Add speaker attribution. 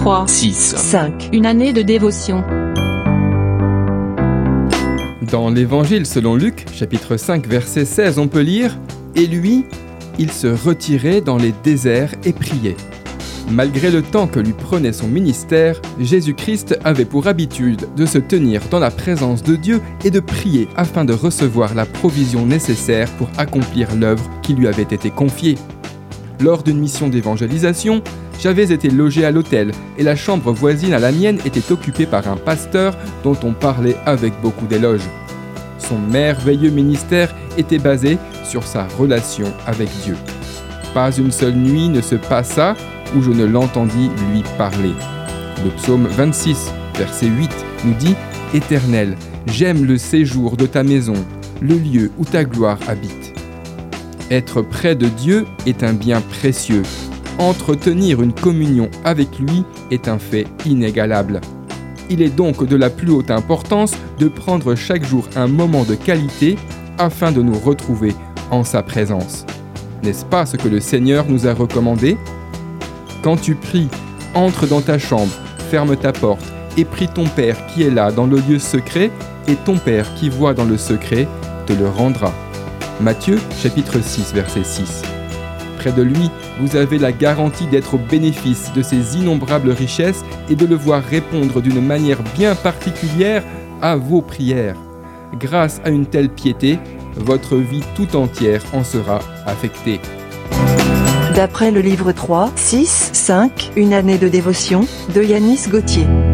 Speaker 1: 3,
Speaker 2: 6,
Speaker 1: 5. Une année de dévotion.
Speaker 3: Dans l'Évangile selon Luc, chapitre 5, verset 16, on peut lire « Et lui, il se retirait dans les déserts et priait ». Malgré le temps que lui prenait son ministère, Jésus-Christ avait pour habitude de se tenir dans la présence de Dieu et de prier afin de recevoir la provision nécessaire pour accomplir l'œuvre qui lui avait été confiée. Lors d'une mission d'évangélisation, j'avais été logé à l'hôtel et la chambre voisine à la mienne était occupée par un pasteur dont on parlait avec beaucoup d'éloges. Son merveilleux ministère était basé sur sa relation avec Dieu. Pas une seule nuit ne se passa où je ne l'entendis lui parler. Le psaume 26, verset 8, nous dit « Éternel, j'aime le séjour de ta maison, le lieu où ta gloire habite. » Être près de Dieu est un bien précieux. Entretenir une communion avec lui est un fait inégalable. Il est donc de la plus haute importance de prendre chaque jour un moment de qualité afin de nous retrouver en sa présence. N'est-ce pas ce que le Seigneur nous a recommandé ? Quand tu pries, entre dans ta chambre, ferme ta porte et prie ton Père qui est là dans le lieu secret, et ton Père qui voit dans le secret te le rendra. Matthieu chapitre 6, verset 6. Près de lui, vous avez la garantie d'être au bénéfice de ses innombrables richesses et de le voir répondre d'une manière bien particulière à vos prières. Grâce à une telle piété, votre vie tout entière en sera affectée.
Speaker 4: D'après le livre 3, 6, 5, Une année de dévotion, de Yanis Gauthier.